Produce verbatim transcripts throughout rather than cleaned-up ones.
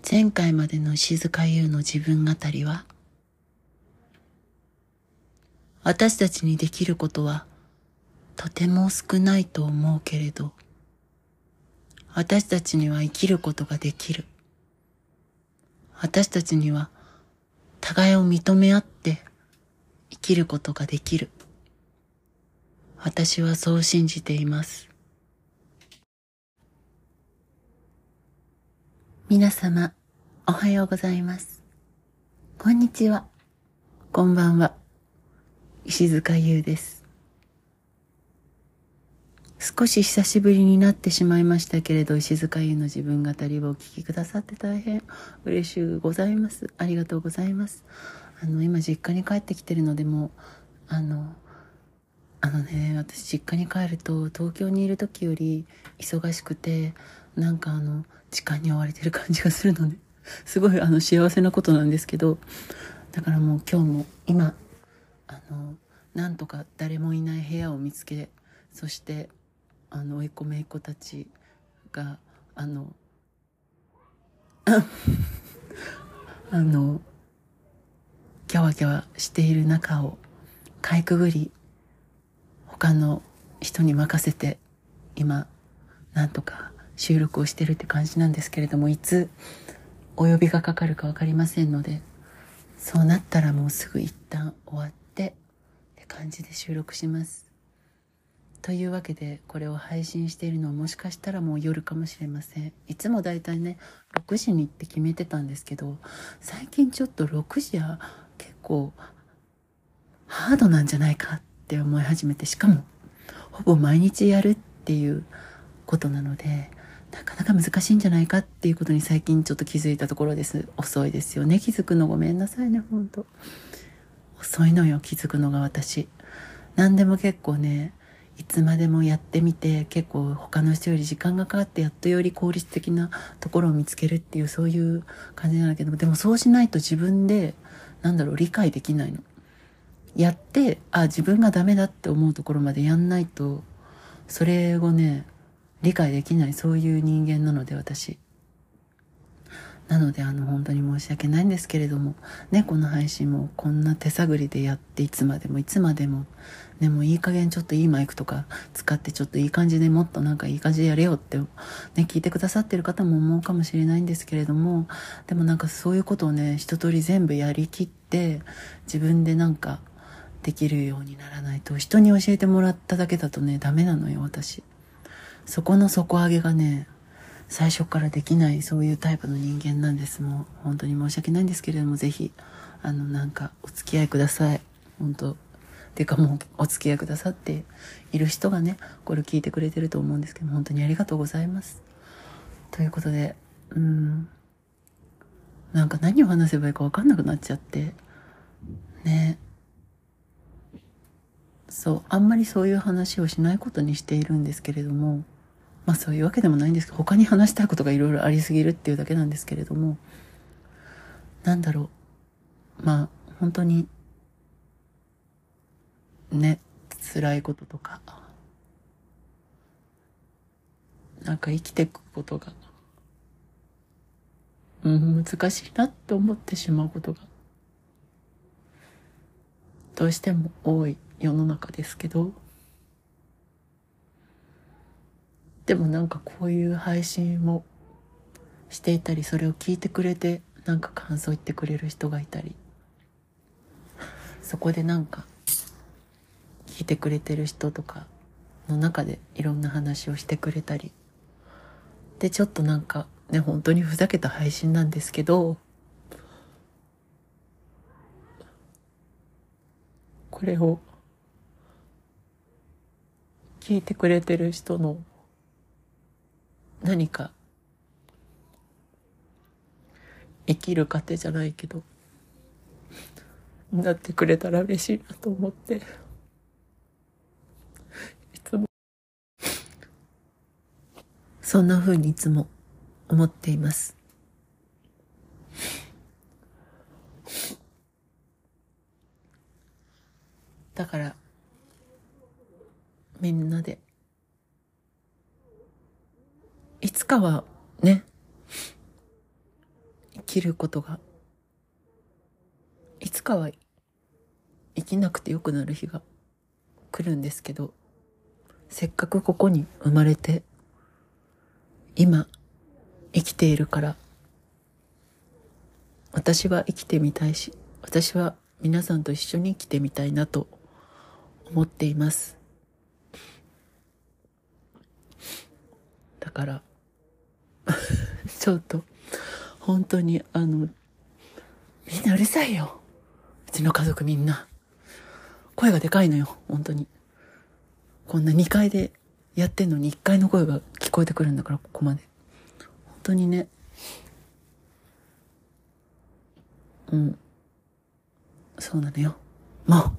前回までの石塚優の自分語りは、私たちにできることはとても少ないと思うけれど、私たちには生きることができる。私たちには互いを認め合って生きることができる。私はそう信じています。皆様、おはようございます。こんにちは。こんばんは。石塚優です。少し久しぶりになってしまいましたけれど、石塚優の自分語りをお聞きくださって大変嬉しゅうございます。ありがとうございます。あの、今実家に帰ってきてるので、もう、あの、あのね、私実家に帰ると東京にいる時より忙しくて、なんかあの時間に追われてる感じがするので、すごいあの幸せなことなんですけど、だからもう今日も今あのなんとか誰もいない部屋を見つけ、そしてあの甥っ子姪っ子たちがあのあのキャワキャワしている中をかいくぐり、他の人に任せて今なんとか収録をしてるって感じなんですけれども、いつお呼びがかかるか分かりませんので、そうなったらもうすぐ一旦終わってって感じで収録します。というわけで、これを配信しているのはもしかしたらもう夜かもしれません。いつもだいたいねろくじにって決めてたんですけど、最近ちょっとろくじは結構ハードなんじゃないかって思い始めて、しかもほぼ毎日やるっていうことなので、なかなか難しいんじゃないかっていうことに最近ちょっと気づいたところです。遅いですよね、気づくの。ごめんなさいね、ほんと遅いのよ、気づくのが。私何でも結構ね、いつまでもやってみて、結構他の人より時間がかかってやっとより効率的なところを見つけるっていう、そういう感じなんだけど、でもそうしないと自分でなんだろう理解できないの。やってあ自分がダメだって思うところまでやんないと、それをね理解できない、そういう人間なので私。なのであの本当に申し訳ないんですけれどもね、この配信もこんな手探りでやって、いつまでもいつまでもね、もういい加減ちょっといいマイクとか使ってちょっといい感じで、もっとなんかいい感じでやれよってね聞いてくださってる方も思うかもしれないんですけれども、でもなんかそういうことをね一通り全部やりきって自分でなんかできるようにならないと、人に教えてもらっただけだとねダメなのよ私。そこの底上げがね最初からできない、そういうタイプの人間なんです。もう本当に申し訳ないんですけれども、ぜひあのなんかお付き合いください。本当てかもうお付き合いくださっている人がねこれ聞いてくれてると思うんですけど、本当にありがとうございます。ということで、うーんなんか何を話せばいいか分かんなくなっちゃってね。そうあんまりそういう話をしないことにしているんですけれども、まあそういうわけでもないんですけど、他に話したいことがいろいろありすぎるっていうだけなんですけれども、なんだろう、まあ本当にね、辛いこととか、なんか生きていくことが、うん、難しいなって思ってしまうことがどうしても多い世の中ですけど、でもなんかこういう配信をしていたり、それを聞いてくれてなんか感想言ってくれる人がいたり、そこでなんか聞いてくれてる人とかの中でいろんな話をしてくれたりで、ちょっとなんかね本当にふざけた配信なんですけど、これを聞いてくれてる人の何か生きる糧じゃないけどなってくれたら嬉しいなと思って、いつもそんな風にいつも思っています。だからみんなでいつかはねきることがいつかは生きなくてよくなる日が来るんですけど、せっかくここに生まれて今生きているから、私は生きてみたいし、私は皆さんと一緒に生きてみたいなと思っています。だからちょっと本当にあのみんなうるさいよ。うちの家族みんな声がでかいのよ。本当にこんなにかいでやってんのにいっかいの声が聞こえてくるんだから、ここまで本当にね、うんそうなのよ。も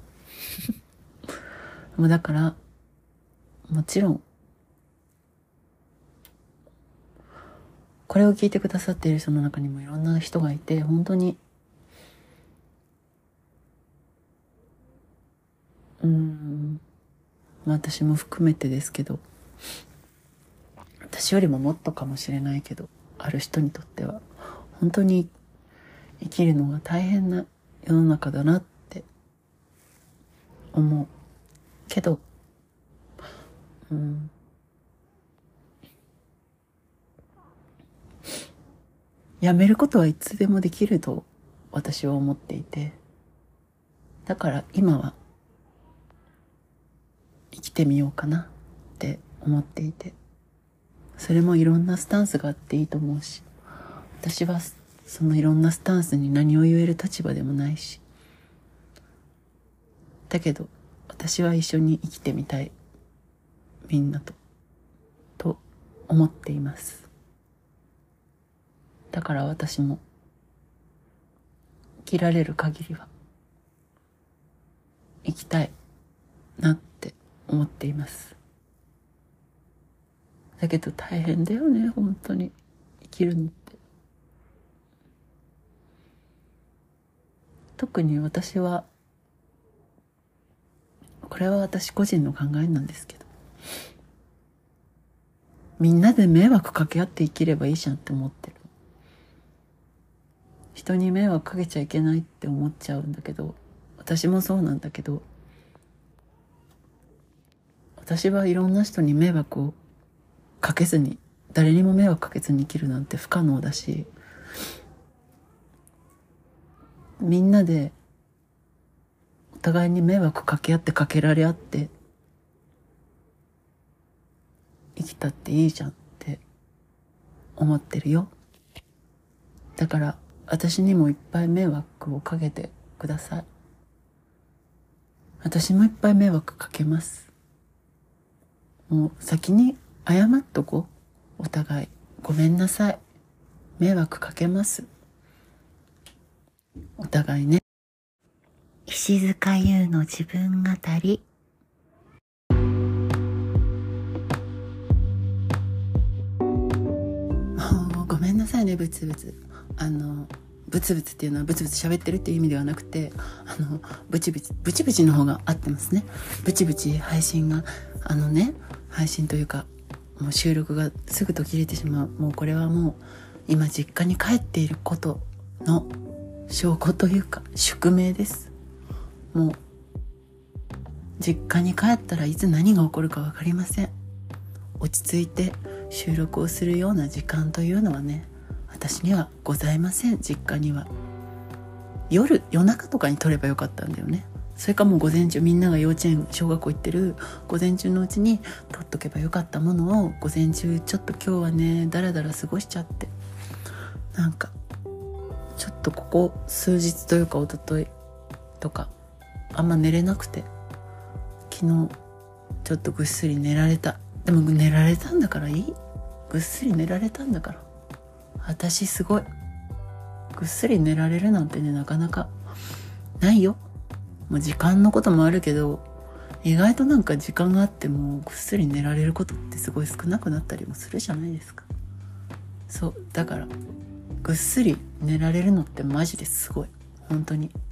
うもうだからもちろんこれを聞いてくださっている人の中にもいろんな人がいて、本当にうーん私も含めてですけど、私よりももっとかもしれないけど、ある人にとっては本当に生きるのが大変な世の中だなって思うけど、うんやめることはいつでもできると私は思っていて、だから今は生きてみようかなって思っていて、それもいろんなスタンスがあっていいと思うし、私はそのいろんなスタンスに何を言える立場でもないし、だけど私は一緒に生きてみたい、みんなとと思っています。だから私も生きられる限りは生きたいなって思っています。だけど大変だよね、本当に生きるのって。特に私は、これは私個人の考えなんですけど、みんなで迷惑かけ合って生きればいいじゃんって思ってる。人に迷惑かけちゃいけないって思っちゃうんだけど、私もそうなんだけど、私はいろんな人に迷惑をかけずに、誰にも迷惑かけずに生きるなんて不可能だし、みんなでお互いに迷惑かけ合ってかけられ合って生きたっていいじゃんって思ってるよ。だから私にもいっぱい迷惑をかけてください。私もいっぱい迷惑かけます。もう先に謝っとこう。お互いごめんなさい、迷惑かけます、お互いね。石塚優の自分語り。もうごめんなさいね、ブツブツ。あのブツブツっていうのはブツブツ喋ってるっていう意味ではなくて、あのブチブチブチブチの方が合ってますね。ブチブチ配信があのね配信というかもう収録がすぐ途切れてしまう。もうこれはもう今実家に帰っていることの証拠というか宿命です。もう実家に帰ったらいつ何が起こるか分かりません。落ち着いて収録をするような時間というのはね、私にはございません。実家には夜夜中とかに撮ればよかったんだよね。それかもう午前中、みんなが幼稚園小学校行ってる午前中のうちに撮っとけばよかったものを、午前中ちょっと今日はねだらだら過ごしちゃって、なんかちょっとここ数日というか一昨日とかあんま寝れなくて、昨日ちょっとぐっすり寝られた。でも寝られたんだからいい。ぐっすり寝られたんだから、私すごい。ぐっすり寝られるなんてねなかなかないよ。もう時間のこともあるけど、意外となんか時間があってもぐっすり寝られることってすごい少なくなったりもするじゃないですか。そうだからぐっすり寝られるのってマジですごい。本当に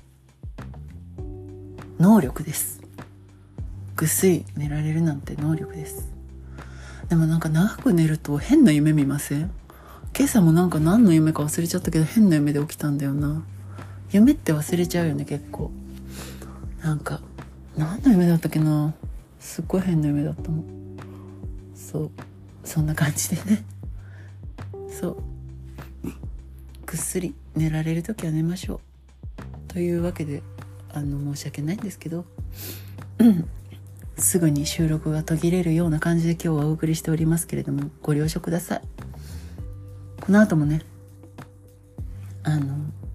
能力です。ぐっすり寝られるなんて能力です。でもなんか長く寝ると変な夢見ません？ 今朝もなんか何の夢か忘れちゃったけど変な夢で起きたんだよな。夢って忘れちゃうよね結構。なんか何の夢だったっけな、すっごい変な夢だったの。そうそんな感じでね、そうぐっすり寝られるときは寝ましょうというわけで、あの申し訳ないんですけど、うんすぐに収録が途切れるような感じで今日はお送りしておりますけれども、ご了承ください。この後もね、あの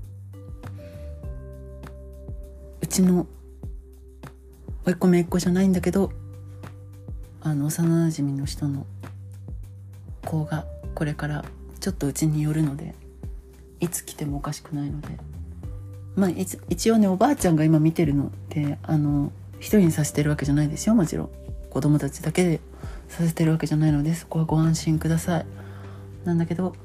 うちの甥っ子姪っ子じゃないんだけど、あの幼馴染の人の子がこれからちょっとうちに寄るので、いつ来てもおかしくないので、まあ一応ねおばあちゃんが今見てるので、あの一人にさせてるわけじゃないですよ。もちろん子供たちだけでさせてるわけじゃないので、そこはご安心ください。なんだけど、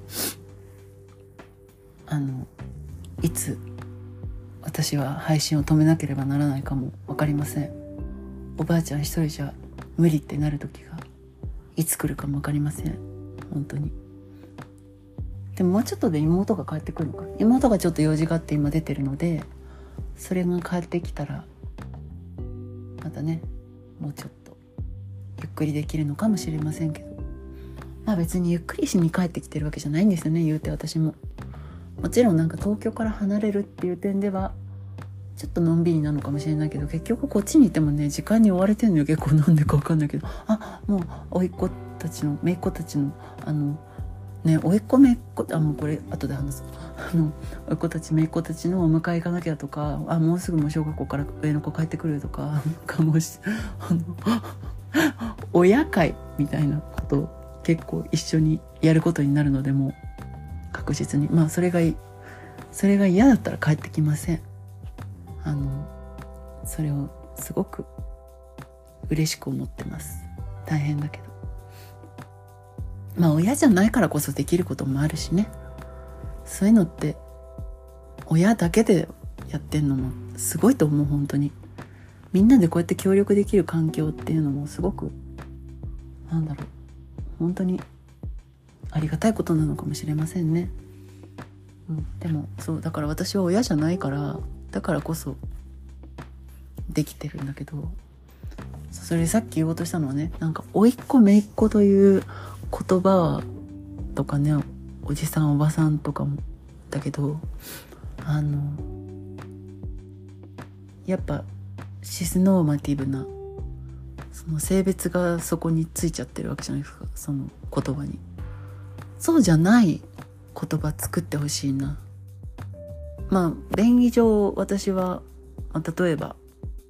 あのいつ私は配信を止めなければならないかも分かりません。おばあちゃん一人じゃ無理ってなる時がいつ来るかも分かりません、本当に。でももうちょっとで妹が帰ってくるのか。妹がちょっと用事があって今出てるので、それが帰ってきたらまたね、もうちょっとゆっくりできるのかもしれませんけど、まあ別にゆっくりしに帰ってきてるわけじゃないんですよね、言うて私も。もちろんなんか東京から離れるっていう点ではちょっとのんびりなのかもしれないけど、結局こっちにいてもね時間に追われてんのよ。結構なんでか分かんないけど、あもう甥っ子たちの姪っ子たちのあのね甥っ子姪っ子、あもうこれ後で話すあの甥っ子たち姪っ子たちのお迎え行かなきゃとか、あもうすぐもう小学校から上の子帰ってくるとか、なんかもうあの親会みたいなことを結構一緒にやることになるので、もう確実にまあそれがいいそれが嫌だったら帰ってきません。あのそれをすごく嬉しく思ってます。大変だけど、まあ親じゃないからこそできることもあるしね。そういうのって親だけでやってんのもすごいと思う。本当にみんなでこうやって協力できる環境っていうのもすごくなんだろう、本当にありがたいことなのかもしれませんね。うん、でもそうだから私は親じゃないからだからこそできてるんだけど、それさっき言おうとしたのはね、なんか甥っ子姪っ子という言葉とかね、おじさんおばさんとかもだけど、あのやっぱシスノーマティブなその性別がそこについちゃってるわけじゃないですか、その言葉に。そうじゃない言葉作ってほしいな。まあ便宜上私は、まあ、例えば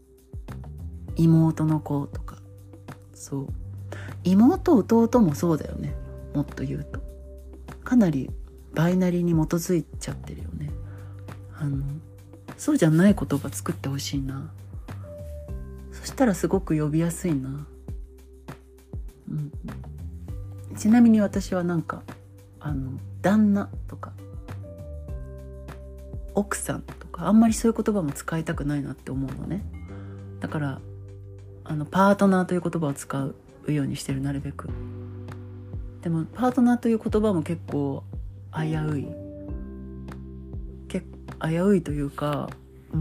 妹の子とか、そう妹弟もそうだよね。もっと言うとかなりバイナリーに基づいちゃってるよね。あのそうじゃない言葉作ってほしいな。そしたらすごく呼びやすいな、うん、ちなみに私はなんかあの旦那とか奥さんとかあんまりそういう言葉も使いたくないなって思うのね。だからあのパートナーという言葉を使うようにしてる、なるべく。でもパートナーという言葉も結構危うい結危ういというか、うん、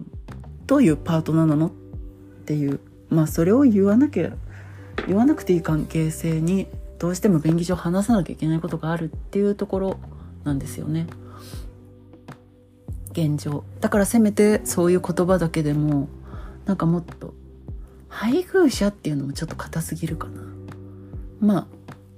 どういうパートナーなのっていう、まあそれを言わなきゃ言わなくていい関係性にどうしても便宜上話さなきゃいけないことがあるっていうところなんですよね、現状。だからせめてそういう言葉だけでもなんかもっと配偶者っていうのもちょっと硬すぎるかな。まあ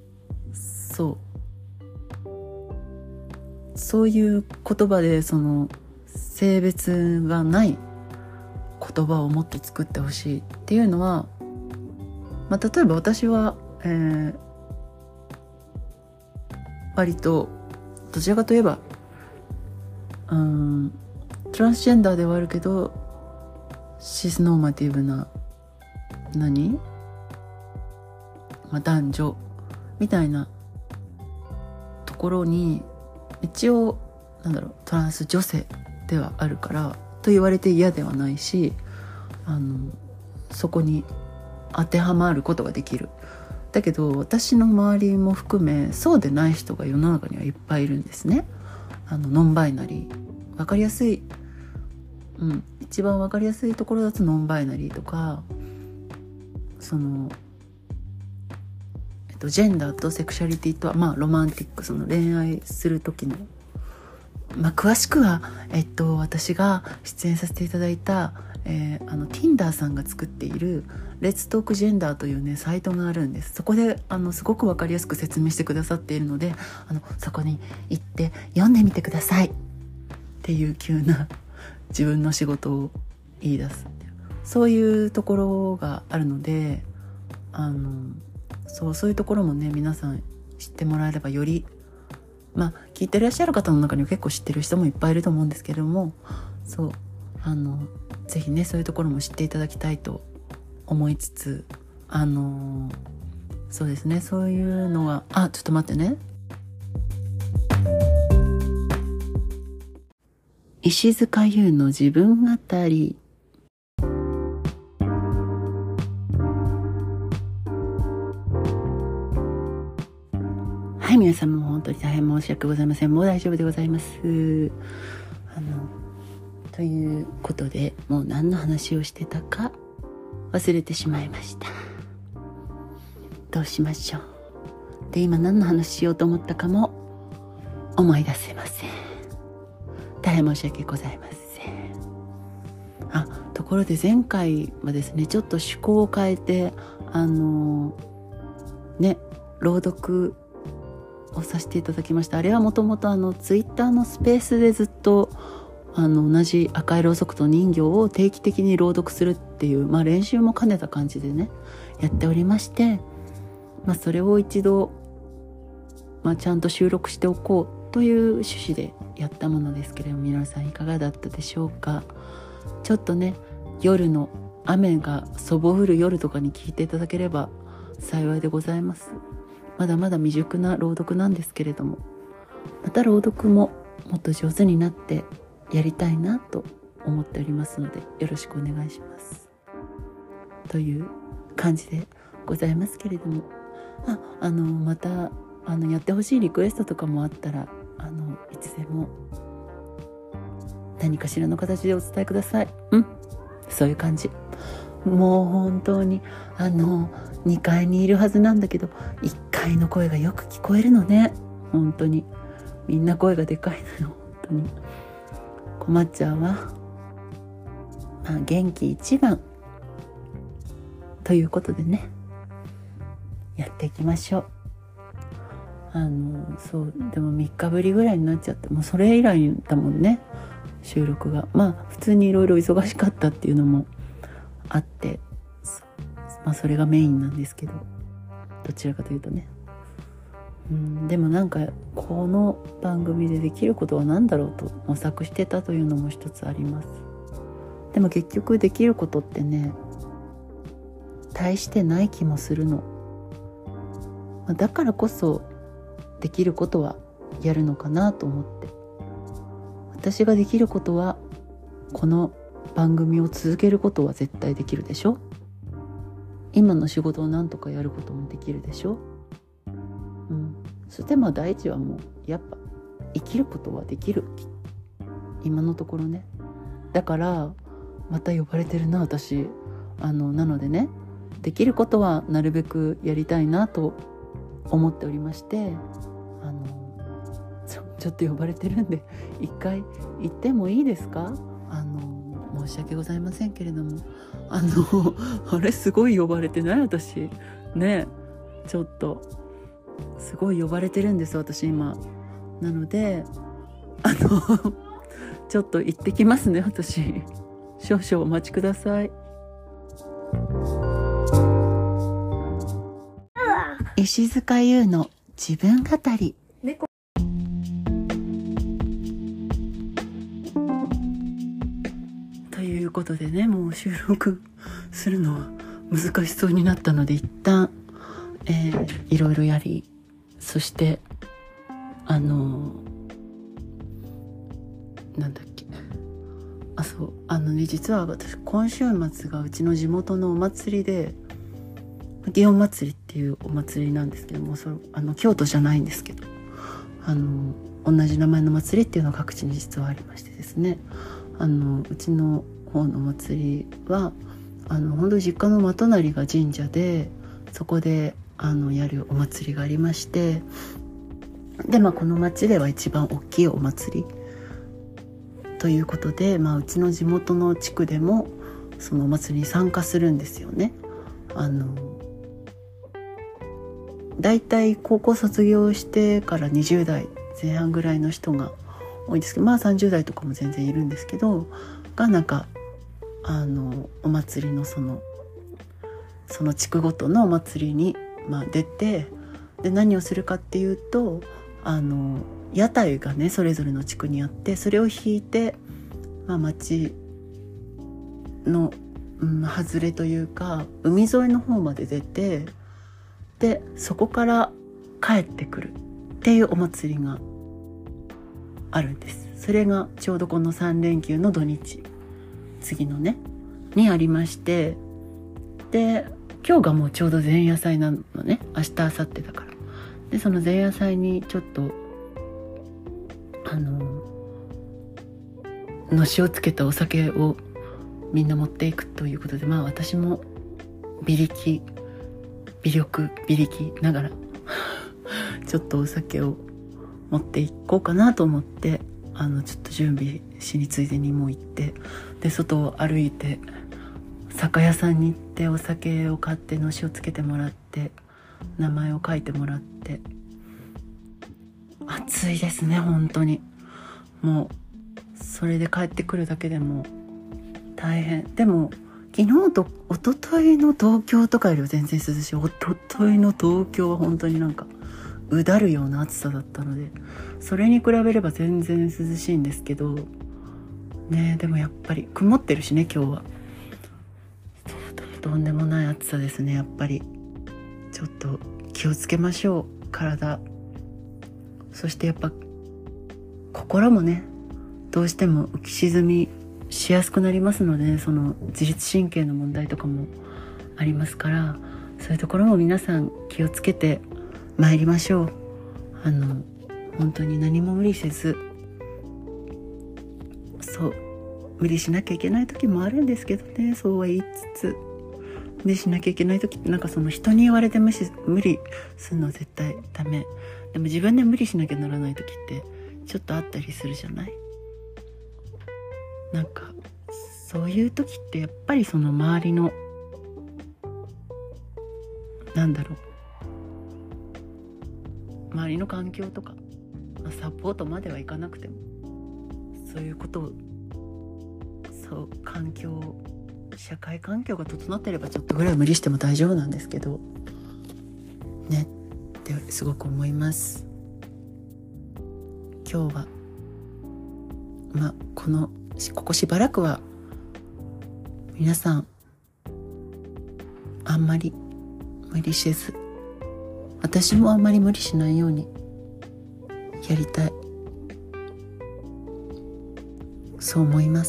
そうそういう言葉でその性別がない言葉をもっと作ってほしいっていうのは、まあ、例えば私は、えー、割とどちらかといえばうーんトランスジェンダーではあるけどシスノーマティブな何、まあ、男女みたいなところに一応なんだろうトランス女性ではあるからと言われて嫌ではないし、あのそこに当てはまることができるだけど私の周りも含めそうでない人が世の中にはいっぱいいるんですね。あのノンバイナリー、分かりやすい、うん、一番分かりやすいところだとノンバイナリーとか、その、えっと、ジェンダーとセクシャリティとは、まあロマンティック、その恋愛する時の、まあ、詳しくは、えっと、私が出演させていただいた、えー、あの Tinder さんが作っているレッツトークジェンダーというねサイトがあるんです。そこであのすごく分かりやすく説明してくださっているので、あのそこに行って読んでみてくださいっていう急な自分の仕事を言い出すっていう、そういうところがあるので、あのそう、そういうところもね皆さん知ってもらえれば、よりまあ聞いてらっしゃる方の中には結構知ってる人もいっぱいいると思うんですけれども、そうあのぜひねそういうところも知っていただきたいと思いつつ、あのそうですね、そういうのが、あ、ちょっと待ってね、石塚優の自分語り。はい、皆さんも本当に大変申し訳ございません。もう大丈夫でございます。あのということで、もう何の話をしてたか忘れてしまいました。どうしましょう。で、今何の話しようと思ったかも思い出せません。大変申し訳ございません。あ、ところで前回はですね、ちょっと趣向を変えて、あのね、朗読をさせていただきました。あれはもともとあのツイッターのスペースでずっとあの同じ赤いろうそくと人形を定期的に朗読するっていう、まあ、練習も兼ねた感じでねやっておりまして、まあ、それを一度、まあ、ちゃんと収録しておこうという趣旨でやったものですけれども、皆さんいかがだったでしょうか。ちょっとね、夜の雨がそぼ降る夜とかに聞いていただければ幸いでございます。まだまだ未熟な朗読なんですけれども、また朗読ももっと上手になってやりたいなと思っておりますので、よろしくお願いしますという感じでございますけれども、あ、あのまたあのやってほしいリクエストとかもあったら、あのいつでも何かしらの形でお伝えください。うん、そういう感じ。もう本当にあのにかいにいるはずなんだけど、いっかいの声がよく聞こえるのね。本当にみんな声がでかいのよ。本当に困っちゃうわ。まあ元気一番ということでね、やっていきましょう。あのそうでもみっかぶりぐらいになっちゃって、もうそれ以来だもんね、収録が。まあ普通にいろいろ忙しかったっていうのもあって、まあそれがメインなんですけど、どちらかというとね、うん、でもなんかこの番組でできることは何だろうと模索してたというのも一つあります。でも結局できることってね、大してない気もするの。だからこそできることはやるのかなと思って、私ができることはこの番組を続けることは絶対できるでしょ。今の仕事をなんとかやることもできるでしょ。うん、そしてまあ第一はもうやっぱ生きることはできる、今のところね。だからまた呼ばれてるな私。あのなのでね、できることはなるべくやりたいなと思っておりまして、あのちょ、ちょっと呼ばれてるんで一回行ってもいいですか。あの申し訳ございませんけれども、あのあれすごい呼ばれてない私ね。ちょっとすごい呼ばれてるんです私今。なのであのちょっと行ってきますね私。少々お待ちください。石塚優の自分語り。猫ということでね、もう収録するのは難しそうになったので一旦、えー、いろいろやり、そしてあのー、なんだっけあそうあのね実は私今週末がうちの地元のお祭りで、 祇園祭りっていうお祭りなんですけども、それあの京都じゃないんですけど、あの同じ名前の祭りっていうのが各地に実はありましてですね、あのうちの方の祭りはあの本当に実家の真隣が神社で、そこであのやるお祭りがありまして、で、まあ、この町では一番大きいお祭りということで、まあ、うちの地元の地区でもそのお祭りに参加するんですよね。あのだいたい高校卒業してからにじゅう代前半ぐらいの人が多いんですけど、まあさんじゅう代とかも全然いるんですけど、がなんかあのお祭りのそのその地区ごとのお祭りに、まあ、出て、で何をするかっていうと、あの屋台がねそれぞれの地区にあって、それを引いて、まあ、町の、うん、外れというか海沿いの方まで出て、でそこから帰ってくるっていうお祭りがあるんです。それがちょうどこのさん連休の土日、次のねにありまして、で今日がもうちょうど前夜祭なのね、明日明後日だから。でその前夜祭にちょっとあののしをつけたお酒をみんな持っていくということで、まあ私も微力微力微力ながらちょっとお酒を持っていこうかなと思って、あのちょっと準備しについでにもう行って、で外を歩いて酒屋さんに行ってお酒を買ってのしをつけてもらって、名前を書いてもらって、暑いですね本当に。もうそれで帰ってくるだけでも大変。でも昨日と一昨日の東京とかよりは全然涼しい。一昨日の東京は本当になんかうだるような暑さだったので、それに比べれば全然涼しいんですけどね。でもやっぱり曇ってるしね今日は。とんでもない暑さですね。やっぱりちょっと気をつけましょう、体。そしてやっぱ心もねどうしても浮き沈みしやすくなりますので、その自律神経の問題とかもありますから、そういうところも皆さん気をつけて参りましょう。あの本当に何も無理せず、そう無理しなきゃいけない時もあるんですけどね、そうは言いつつ無理しなきゃいけない時って、なんかその人に言われて無視無理するのは絶対ダメ。でも自分で無理しなきゃならない時ってちょっとあったりするじゃない。なんかそういう時ってやっぱりその周りのなんだろう周りの環境とか、まあ、サポートまではいかなくてもそういうことをそう環境社会環境が整ってればちょっとぐらい無理しても大丈夫なんですけどねってすごく思います。今日はまあこのここしばらくは皆さんあんまり無理せず、私もあんまり無理しないようにやりたい、そう思います。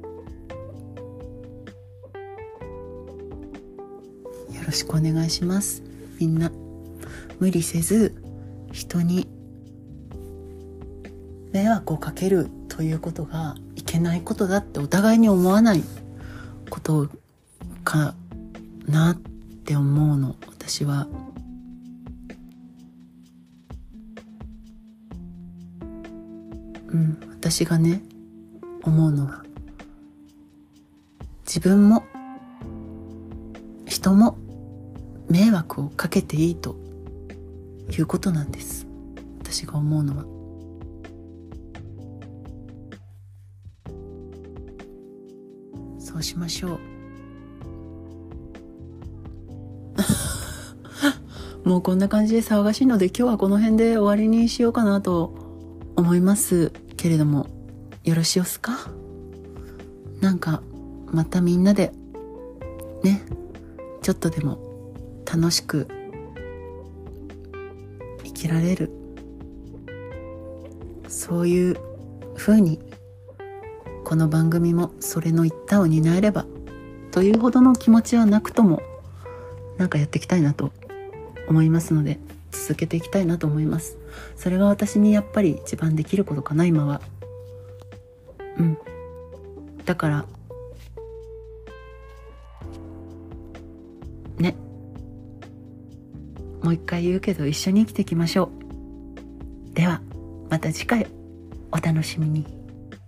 よろしくお願いします。みんな無理せず人に迷惑をかけるということがいけないことだってお互いに思わないことかなって思うの、私は。うん、私がね思うのは、自分も人も迷惑をかけていいということなんです。私が思うのは。そうしましょうもうこんな感じで騒がしいので、今日はこの辺で終わりにしようかなと思いますけれども、よろしおすか。なんかまたみんなでねちょっとでも楽しく生きられる、そういう風にこの番組もそれの一端を担えればというほどの気持ちはなくともなんかやっていきたいなと思いますので、続けていきたいなと思います。それが私にやっぱり一番できることかな、今は。うんだからね、もう一回言うけど、一緒に生きていきましょう。ではまた次回お楽しみに。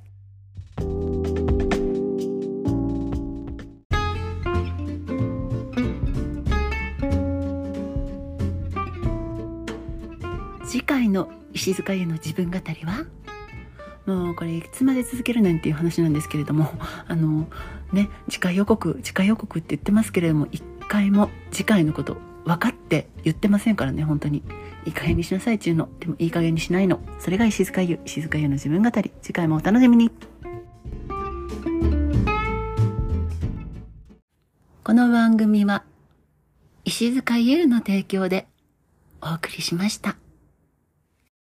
次回の石塚優の自分語りは、もうこれいつまで続けるねんっていう話なんですけれども、あのね、次回予告次回予告って言ってますけれども、一回も次回のこと分かって言ってませんからね。本当にいい加減にしなさいっちゅうの。でもいい加減にしないの。それが石塚優石塚優の自分語り。次回もお楽しみに。この番組は石塚優の提供でお送りしました。